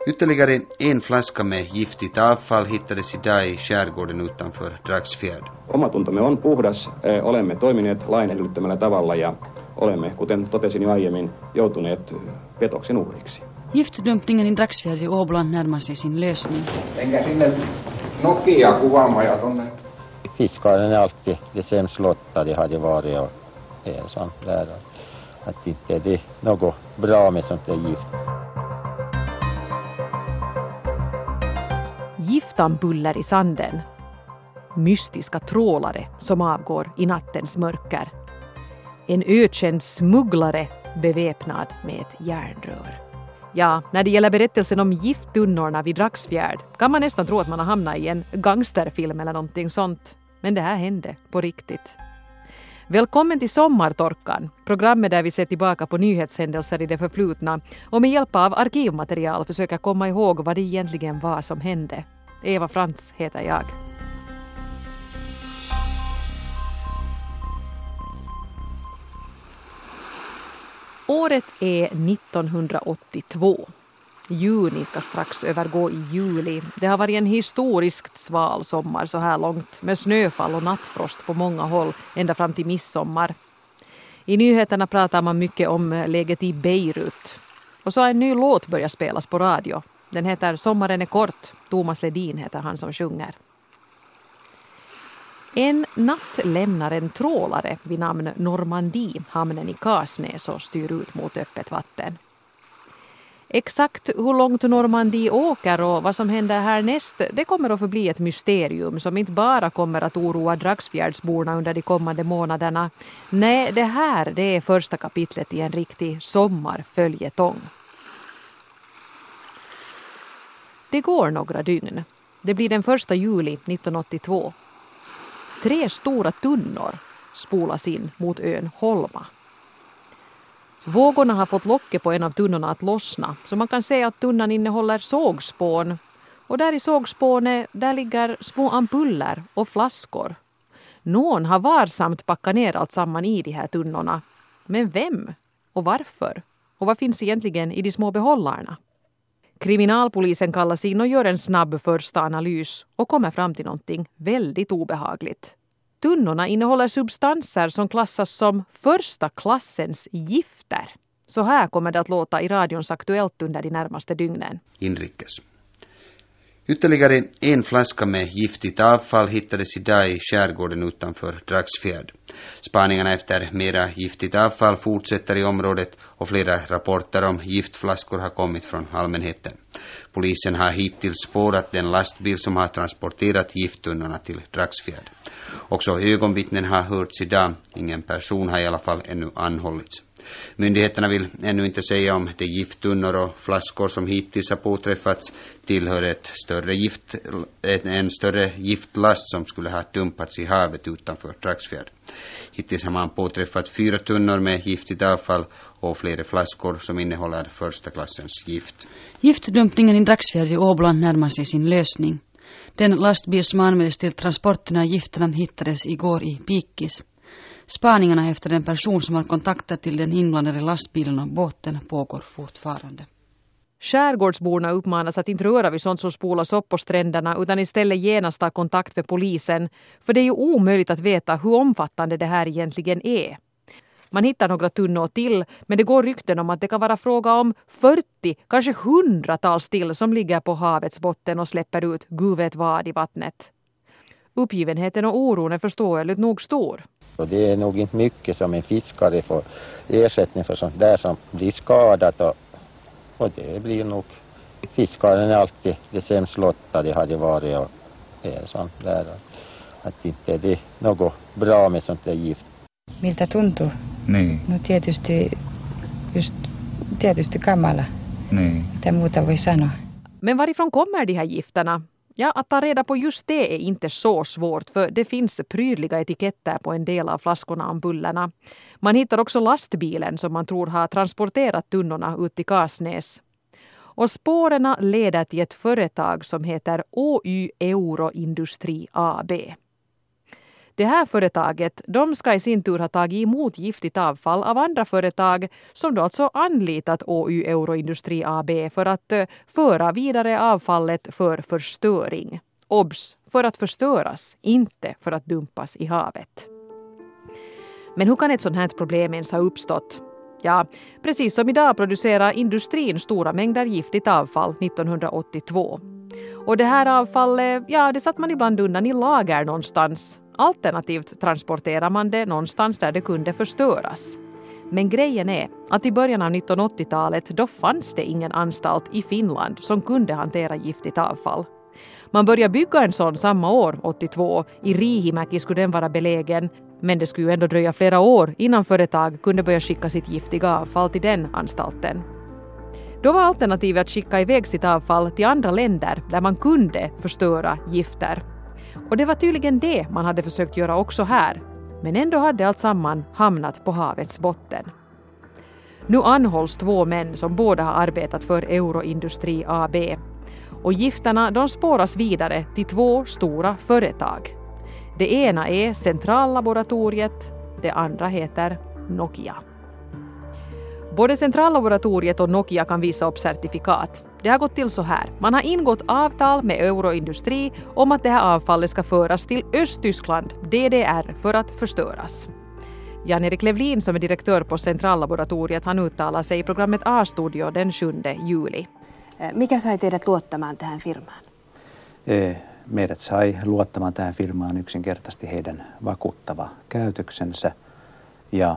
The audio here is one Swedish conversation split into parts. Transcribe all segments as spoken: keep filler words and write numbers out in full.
Ytterligare en flaska med giftigt avfall hittades idag i skärgården utanför Dragsfjärd. Omatuntomme on puhdas, olemme toimineet lain edellyttämällä tavalla ja olemme, kuten totesin jo aiemmin, joutuneet petoksen uhriksi. Giftdumpningen i Dragsfjärd i Åboland närmar sig sin lösning. Enkä sinne Nokia kuvaamaan ja tonne. Fiskaren är alltid det sämst lottade hade varit och det är sånt där att inte det är något bra med sånt där gift. Giftambuller i sanden. Mystiska trålare som avgår i nattens mörker. En ökänd smugglare beväpnad med ett järnrör. Ja, när det gäller berättelsen om gifttunnorna vid Dragsfjärd kan man nästan tro att man har hamnat i en gangsterfilm eller någonting sånt. Men det här hände på riktigt. Välkommen till Sommartorkan, programmet där vi ser tillbaka på nyhetshändelser i det förflutna och med hjälp av arkivmaterial försöker komma ihåg vad det egentligen var som hände. Eva Frantz heter jag. Året är nittonhundraåttiotvå. Juni ska strax övergå i juli. Det har varit en historiskt sval sommar så här långt med snöfall och nattfrost på många håll ända fram till midsommar. I nyheterna pratar man mycket om läget i Beirut. Och så har en ny låt börjat spelas på radio. Den heter Sommaren är kort. Thomas Ledin heter han som sjunger. En natt lämnar en trålare vid namn Normandie hamnen i Kasnäs och styr ut mot öppet vatten. Exakt hur långt Normandie åker och vad som händer härnäst, det kommer att förbli ett mysterium som inte bara kommer att oroa Dragsfjärdsborna under de kommande månaderna. Nej, det här det är första kapitlet i en riktig sommarföljetong. Det går några dygn. Det blir den första juli nittonhundraåttiotvå. Tre stora tunnor spolas in mot ön Holma. Vågorna har fått locket på en av tunnorna att lossna, så man kan se att tunnan innehåller sågspån. Och där i sågspånet där ligger små ampuller och flaskor. Någon har varsamt packat ner allt samman i de här tunnorna. Men vem? Och varför? Och vad finns egentligen i de små behållarna? Kriminalpolisen kallas in och gör en snabb första analys och kommer fram till någonting väldigt obehagligt. Tunnorna innehåller substanser som klassas som första klassens gifter. Så här kommer det att låta i radions Aktuellt under de närmaste dygnen. Inrikes. Ytterligare en flaska med giftigt avfall hittades idag i skärgården utanför Dragsfjärd. Spaningarna efter mera giftigt avfall fortsätter i området och flera rapporter om giftflaskor har kommit från allmänheten. Polisen har hittills spårat den lastbil som har transporterat gifttunnorna till Dragsfjärd. Också ögonvittnen har hörts idag. Ingen person har i alla fall ännu anhållits. Myndigheterna vill ännu inte säga om de gifttunnor och flaskor som hittills har påträffats tillhör ett större gift, en större giftlast som skulle ha dumpats i havet utanför Dragsfjärd. Hittills har man påträffat fyra tunnor med giftigt avfall och flera flaskor som innehåller första klassens gift. Giftdumpningen i Dragsfjärd i Åboland närmar sig sin lösning. Den lastbil som användes till transporterna av gifterna hittades igår i Pikis. Spaningarna efter den person som har kontaktat till den inblandade lastbilen och båten pågår fortfarande. Skärgårdsborna uppmanas att inte röra vid sånt som spolas upp på stränderna utan istället genast ta kontakt med polisen. För det är ju omöjligt att veta hur omfattande det här egentligen är. Man hittar några tunnor till, men det går rykten om att det kan vara fråga om fyrtio, kanske hundratals till som ligger på havets botten och släpper ut gud vet vad i vattnet. Uppgivenheten och oron är förståeligt nog stor. Och det är nog inte mycket som en fiskare får ersättning för sånt där som blir skadat och, och det blir nog, fiskaren är alltid det sämst lottade hade varit och det är sånt där att inte det är något bra med sånt där gift. Miltä tuntuu? Niin. No tietysti, just, tietysti kamala. Niin. Mitä muuta voi sanoa? Men varifrån kommer de här gifterna? Ja, att ta reda på just det är inte så svårt för det finns prydliga etiketter på en del av flaskorna och ampullerna. Man hittar också lastbilen som man tror har transporterat tunnorna ut till Kasnäs. Och spårena leder till ett företag som heter Å Y Euroindustri A B. Det här företaget, de ska i sin tur ha tagit emot giftigt avfall av andra företag som då alltså anlitat Å Y Euroindustri A B för att uh, föra vidare avfallet för förstöring. Obs, för att förstöras, inte för att dumpas i havet. Men hur kan ett sådant här problem ens ha uppstått? Ja, precis som idag producerar industrin stora mängder giftigt avfall nittonhundraåttiotvå. Och det här avfallet, ja, det satt man ibland undan i lager någonstans. Alternativt transporterar man det någonstans där det kunde förstöras. Men grejen är att i början av nittonhundraåttiotalet då fanns det ingen anstalt i Finland som kunde hantera giftigt avfall. Man började bygga en sån samma år, åttiotvå. I Riihimäki skulle den vara belägen, men det skulle ju ändå dröja flera år innan företag kunde börja skicka sitt giftiga avfall till den anstalten. Då var alternativet att skicka iväg sitt avfall till andra länder där man kunde förstöra gifter. Och det var tydligen det man hade försökt göra också här, men ändå hade allt samman hamnat på havets botten. Nu anhålls två män som båda har arbetat för Euroindustri A B. Och gifterna de spåras vidare till två stora företag. Det ena är Centrallaboratoriet, det andra heter Nokia. Både Centrallaboratoriet och Nokia kan visa upp certifikat. Det har gått till så här. Man har ingått avtal med Euroindustri om att det här avfallet ska föras till Östtyskland, D D R, för att förstöras. Jan-Erik Levlin som är direktör på Centrallaboratoriet han uttalar sig i programmet A-studio den sjunde juli. Mikä sai teidät luottamaan tähän firmaan? Meidät sai luottamaan tähän firmaan yksinkertaisesti heidän vakuuttava käytöksensä ja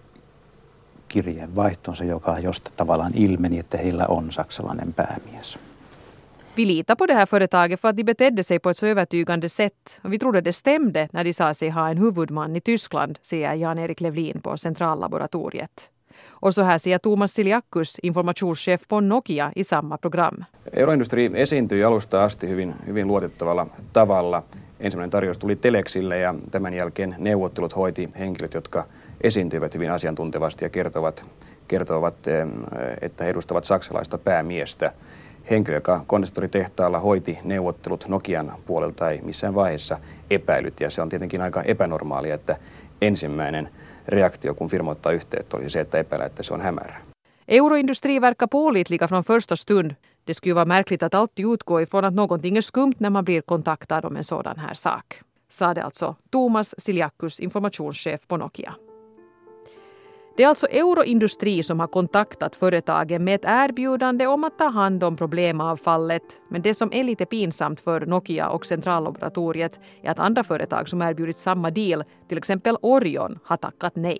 kirjeenvaihtonsa, joka josta tavallaan ilmeni, että heillä on saksalainen päämies. Vi litar på det här företaget för att de betedde sig på ett så övertygande sätt. Och vi trodde det stämde när de sa sig ha en huvudman i Tyskland, säger Jan-Erik Levlin på Centrallaboratoriet. Och så här säger Thomas Siljakus, informationschef på Nokia, i samma program. Euroindustri esiintyi alusta asti hyvin, hyvin luotettavalla tavalla. Ensimmäinen tarjous tuli Telexille ja tämän jälkeen neuvottelut hoiti henkilöt, jotka esiintyivät hyvin asiantuntevasti ja kertovat, kertovat, että he edustavat saksalaista päämiestä. Henkilö, joka kondensatoritehtaalla hoiti neuvottelut Nokian puolelta, ei missään vaiheessa epäilyt. Ja se on tietenkin aika epänormaalia, että ensimmäinen reaktio, kun firma ottaa yhteyttä, oli se, että epäilee, että se on hämärä. Euroindustri verkar pålitliga från första stund. Det skulle vara märkligt att alltid utgå ifrån att någonting är skumt när man blir kontaktad om en sådan här sak. Sa det alltså Thomas Siljakus, informationschef på Nokia. Det är alltså Euroindustri som har kontaktat företagen med ett erbjudande om att ta hand om problemavfallet. Men det som är lite pinsamt för Nokia och Centrallaboratoriet är att andra företag som erbjudit samma deal, till exempel Orion, har tackat nej.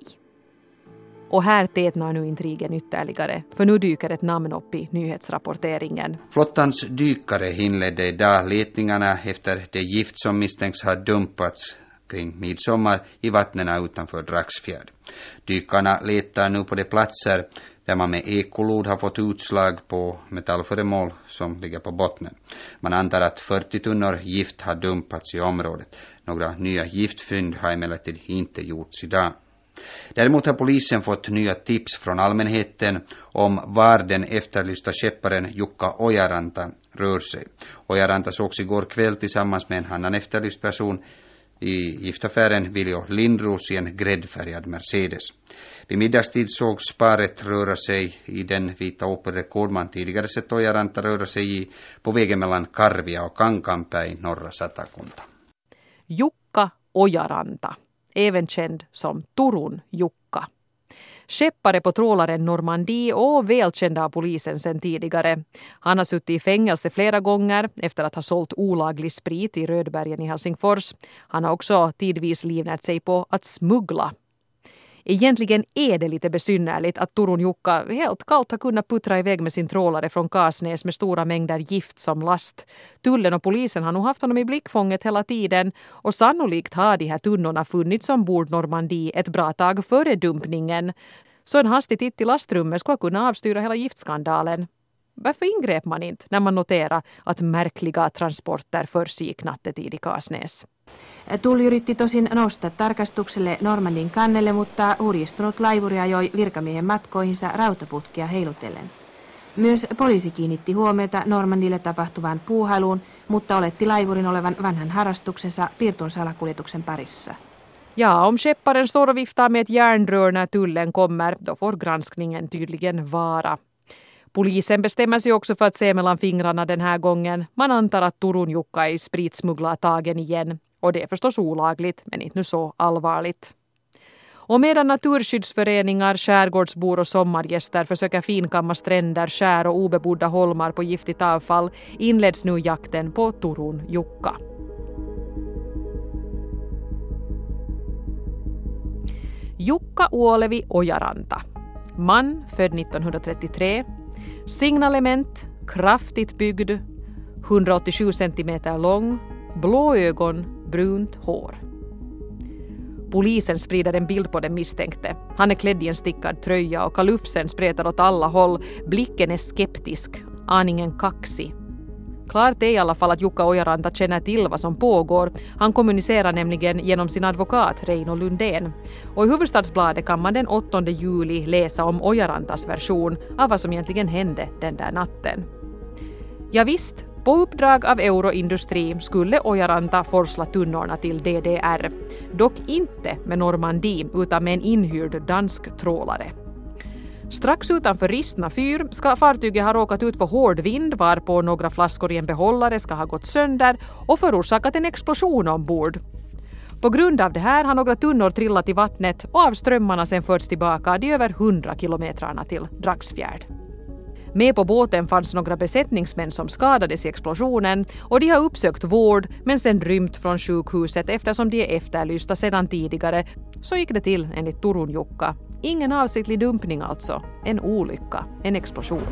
Och här tätnar nu intrigen ytterligare, för nu dyker ett namn upp i nyhetsrapporteringen. Flottans dykare inledde idag letningarna efter det gift som misstänks ha dumpats kring midsommar i vattnen utanför Dragsfjärd. Dykarna letar nu på de platser där man med ekolod har fått utslag på metallföremål som ligger på bottnen. Man antar att fyrtio tunnor gift har dumpats i området. Några nya giftfynd har emellertid inte gjorts idag. Däremot har polisen fått nya tips från allmänheten om var den efterlysta skepparen Jukka Ojaranta rör sig. Ojaranta sågs igår kväll tillsammans med en annan efterlyst person i giftaffären Viljo Lindros i en gräddfärgad Mercedes. Vid middagstid sågs paret röra sig i den vita Opel Rekord man tidigare sett Ojaranta röra sig i på vägen mellan Karvia och Kankaanpää i norra Satakunta. Jukka Ojaranta, även känd som Turun Jukka. Skeppare på trålaren Normandie och välkänd av polisen sedan tidigare. Han har suttit i fängelse flera gånger efter att ha sålt olaglig sprit i Rödbergen i Helsingfors. Han har också tidvis livnärt sig på att smuggla. Egentligen är det lite besynnerligt att Turun Jukka helt kallt har kunnat puttra iväg med sin trålare från Kasnäs med stora mängder gift som last. Tullen och polisen har nog haft honom i blickfånget hela tiden och sannolikt har de här tunnorna funnits ombord Normandie ett bra tag före dumpningen. Så en hastig titt i lastrummet skulle kunna avstyra hela giftskandalen. Varför ingrep man inte när man noterar att märkliga transporter försiggick nattetid i Kasnäs? Tulli yritti tosin nousta tarkastukselle Normandin kannelle, mutta hurjistunut laivuri ajoi virkamiehen matkoihinsa rautaputkia heilutellen. Myös poliisi kiinnitti huomiota Normandille tapahtuvaan puuhailuun, mutta oletti laivurin olevan vanhan harrastuksensa piirtun salakuljetuksen parissa. Ja, om skepparen står och viftar med ett järnrör när tullen kommer, då får granskningen tydligen vara. Polisen bestämmer sig också för att se mellan fingrarna den här gången. Man antar att Turun Jukka är spritsmugglatagen igen. Och det är förstås olagligt, men inte nu så allvarligt. Och medan naturskyddsföreningar, skärgårdsbor och sommargäster försöker finkamma stränder, skär och obebodda holmar på giftigt avfall inleds nu jakten på Turun Jukka. Jukka Uolevi Ojaranta. Man, född nittonhundratrettiotre. Signalement, kraftigt byggd, hundraåttiosju centimeter lång, blå ögon, brunt hår. Polisen sprider en bild på den misstänkte. Han är klädd i en stickad tröja och kalufsen spretar åt alla håll. Blicken är skeptisk, aningen kaxig. Klart är i alla fall att Jukka Ojaranta känner till vad som pågår. Han kommunicerar nämligen genom sin advokat Reino Lundén. Och i Hufvudstadsbladet kan man den åttonde juli läsa om Ojarantas version av vad som egentligen hände den där natten. Ja visst, på uppdrag av Euroindustri skulle Ojaranta forsla tunnorna till D D R. Dock inte med Normandie utan med en inhyrd dansk trålare. Strax utanför Ristna fyr ska fartyget ha råkat ut för hård vind varpå några flaskor i en behållare ska ha gått sönder och förorsakat en explosion ombord. På grund av det här har några tunnor trillat i vattnet och av strömmarna sen förts tillbaka de över hundra kilometrarna till Dragsfjärd. Med på båten fanns några besättningsmän som skadades i explosionen och de har uppsökt vård men sen rymt från sjukhuset eftersom de är efterlysta sedan tidigare. Så gick det till enligt Turun Jukka. Ingen avsiktlig dumpning alltså. En olycka. En explosion.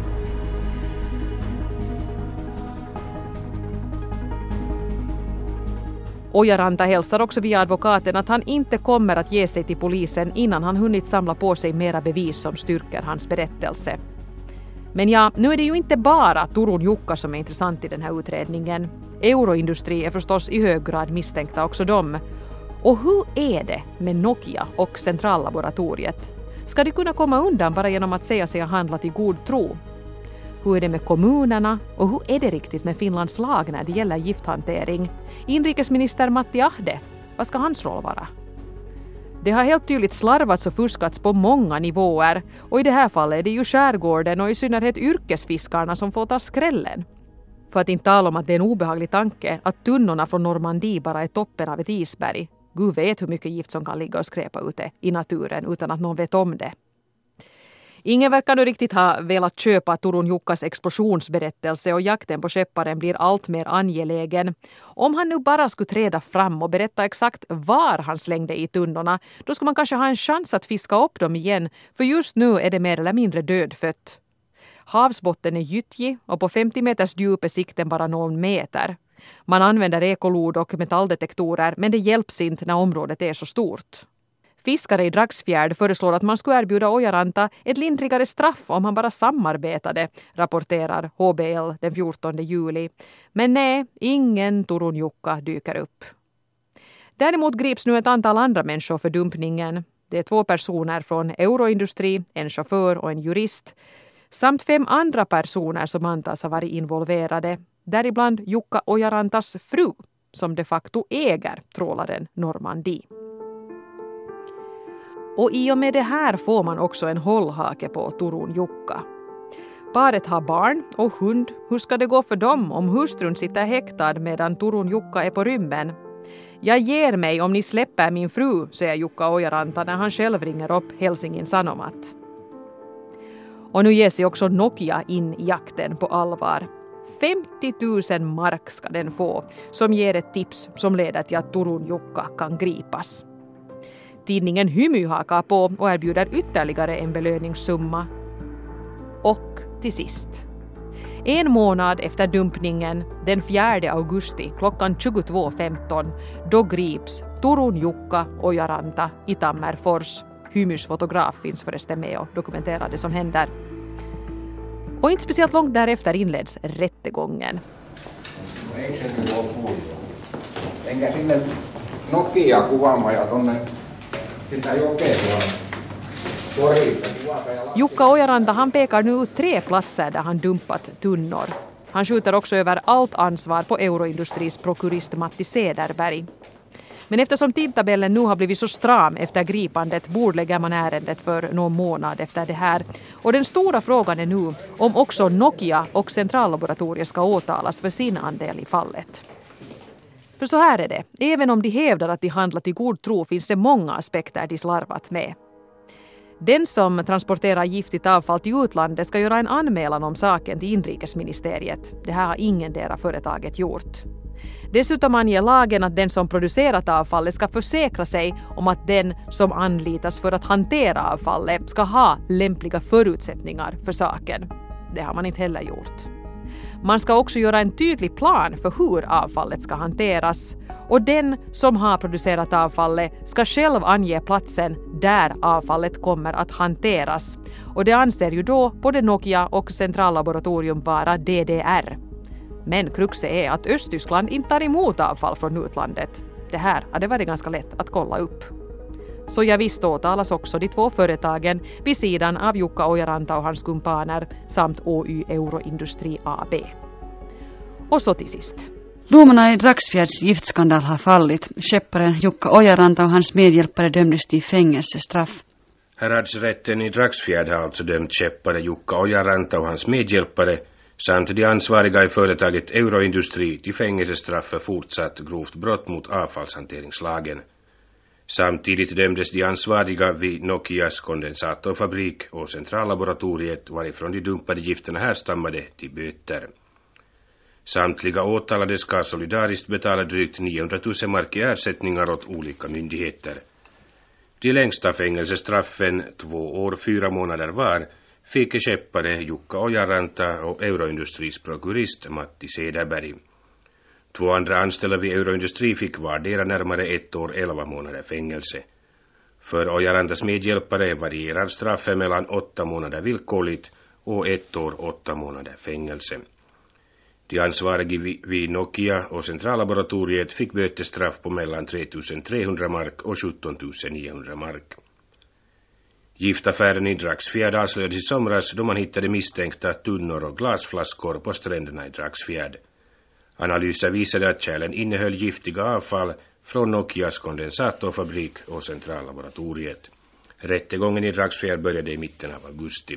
Ojaranta hälsar också via advokaten att han inte kommer att ge sig till polisen innan han hunnit samla på sig mera bevis som styrker hans berättelse. Men ja, nu är det ju inte bara Turun Jukka som är intressant i den här utredningen. Euroindustri är förstås i hög grad misstänkta också de. Och hur är det med Nokia och Centrallaboratoriet? Ska de kunna komma undan bara genom att säga sig ha handlat i god tro? Hur är det med kommunerna och hur är det riktigt med Finlands lag när det gäller gifthantering? Inrikesminister Matti Ahde, vad ska hans roll vara? Det har helt tydligt slarvats och fuskats på många nivåer och i det här fallet är det ju skärgården och i synnerhet yrkesfiskarna som får ta skrällen. För att inte tala om att det är en obehaglig tanke att tunnorna från Normandie bara är toppen av ett isberg. Gud vet hur mycket gift som kan ligga och skräpa ute i naturen utan att någon vet om det. Ingen verkar nu riktigt ha velat köpa Turun Jukkas explosionsberättelse och jakten på skepparen blir allt mer angelägen. Om han nu bara skulle träda fram och berätta exakt var han slängde i tunnorna, då skulle man kanske ha en chans att fiska upp dem igen, för just nu är det mer eller mindre dödfött. Havsbotten är gyttjig och på femtio meters djup är sikten bara någon meter. Man använder ekolod och metalldetektorer men det hjälps inte när området är så stort. Fiskare i Dragsfjärd föreslår att man skulle erbjuda Ojaranta ett lindrigare straff om han bara samarbetade, rapporterar H B L den fjortonde juli. Men nej, ingen Turun Jukka dyker upp. Däremot grips nu ett antal andra människor för dumpningen. Det är två personer från Euroindustri, en chaufför och en jurist, samt fem andra personer som antas ha varit involverade, däribland Jukka Ojarantas fru, som de facto äger trålaren Normandie. Och i och med det här får man också en hållhake på Turun Jukka. Paret har barn och hund. Hur ska det gå för dem om hustrun sitter häktad medan Turun Jukka är på rymmen? Jag ger mig om ni släpper min fru, säger Jukka Ojaranta när han själv ringer upp Helsingin Sanomat. Och nu ger sig också Nokia in i jakten på allvar. femtio tusen mark ska den få, som ger ett tips som leder till att Turun Jukka kan gripas. Tidningen Hymy hakar på och erbjuder ytterligare en belöningssumma. Och till sist. En månad efter dumpningen, den fjärde augusti klockan tjugotvå femton, då grips Turun Jukka Ojaranta i Tammerfors. Hymys fotograf finns förresten med och dokumenterar det som händer. Och inte speciellt långt därefter inleds rättegången. Enkä sinne Nokia kuvaamaan ja tonne sitä jokea tuolla Jukka Ojaranta han pekar nu ut tre platser där han dumpat tunnor. Han skjuter också över allt ansvar på Euroindustris prokurist Matti Cederberg. Men eftersom tidtabellen nu har blivit så stram efter gripandet bordlägger man ärendet för någon månad efter det här. Och den stora frågan är nu om också Nokia och Centrallaboratoriet ska åtalas för sin andel i fallet. För så här är det. Även om de hävdar att de handlat i god tro finns det många aspekter de slarvat med. Den som transporterar giftigt avfall till utlandet ska göra en anmälan om saken till inrikesministeriet. Det här har ingendera företaget gjort. Dessutom anger lagen att den som producerat avfallet ska försäkra sig om att den som anlitas för att hantera avfallet ska ha lämpliga förutsättningar för saken. Det har man inte heller gjort. Man ska också göra en tydlig plan för hur avfallet ska hanteras och den som har producerat avfallet ska själv ange platsen där avfallet kommer att hanteras. Och det anser ju då både Nokia och Centrallaboratorium vara D D R. Men kruxet är att Östtyskland inte tar emot avfall från utlandet. Det här hade varit ganska lätt att kolla upp. Så jag visst åtalas också de två företagen vid sidan av Jukka Ojaranta och hans kumpaner samt O Y Euroindustri A B. Och så till sist. Domarna i Dragsfjärds giftskandal har fallit. Skepparen Jukka Ojaranta och hans medhjälpare dömdes till fängelsestraff. Häradsrätten i Dragsfjärd har alltså dömt skeppare Jukka Ojaranta och hans medhjälpare samt de ansvariga i företaget Euroindustri till fängelsestraff för fortsatt grovt brott mot avfallshanteringslagen. Samtidigt dömdes de ansvariga vid Nokias kondensatorfabrik och Centrallaboratoriet varifrån de dumpade gifterna härstammade till böter. Samtliga åtalade ska solidariskt betala drygt niohundratusen mark i ersättningar åt olika myndigheter. De längsta fängelsestraffen, två år fyra månader var, fick skeppare Jukka Ojaranta och Euroindustris prokurist Matti Cederberg. Två andra anställda vid Euroindustri fick vardera närmare ett år elva månader fängelse. För Ojarantas medhjälpare varierar straffen mellan åtta månader villkorligt och ett år åtta månader fängelse. De ansvariga vid Nokia och Centrallaboratoriet fick bötesstraff på mellan tre tusen trehundra mark och sjutton tusen niohundra mark. Giftaffären i Dragsfjärd avslöjades i somras då man hittade misstänkta tunnor och glasflaskor på stränderna i Dragsfjärd. Analyser visade att kärlen innehöll giftiga avfall från Nokias kondensatorfabrik och Centrallaboratoriet. Rättegången i Dragsfjärd började i mitten av augusti.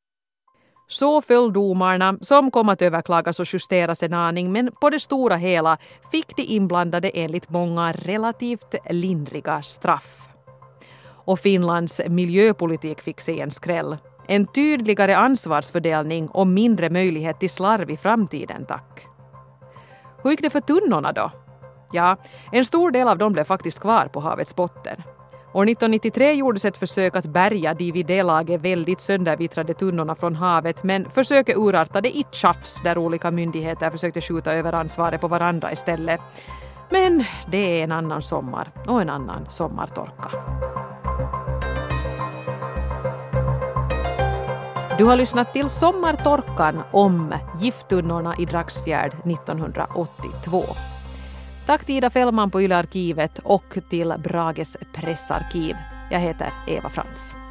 Så föll domarna som kom att överklagas och justeras en aning, men på det stora hela fick de inblandade enligt många relativt lindriga straff. Och Finlands miljöpolitik fick sig en skräll. En tydligare ansvarsfördelning och mindre möjlighet till slarv i framtiden, tack. Hur gick det för tunnorna då? Ja, en stor del av dem blev faktiskt kvar på havets botten. År nittonhundranittiotre gjordes ett försök att bärga de vid det laget väldigt söndervittrade tunnorna från havet, men försöket urartade i tjafs där olika myndigheter försökte skjuta över ansvaret på varandra istället. Men det är en annan sommar och en annan sommartorka. Du har lyssnat till Sommartorkan om gifttunnorna i Dragsfjärd nittonhundraåttiotvå. Tack till Ida Fällman på Yle Arkivet och till Brages pressarkiv. Jag heter Eva Frans.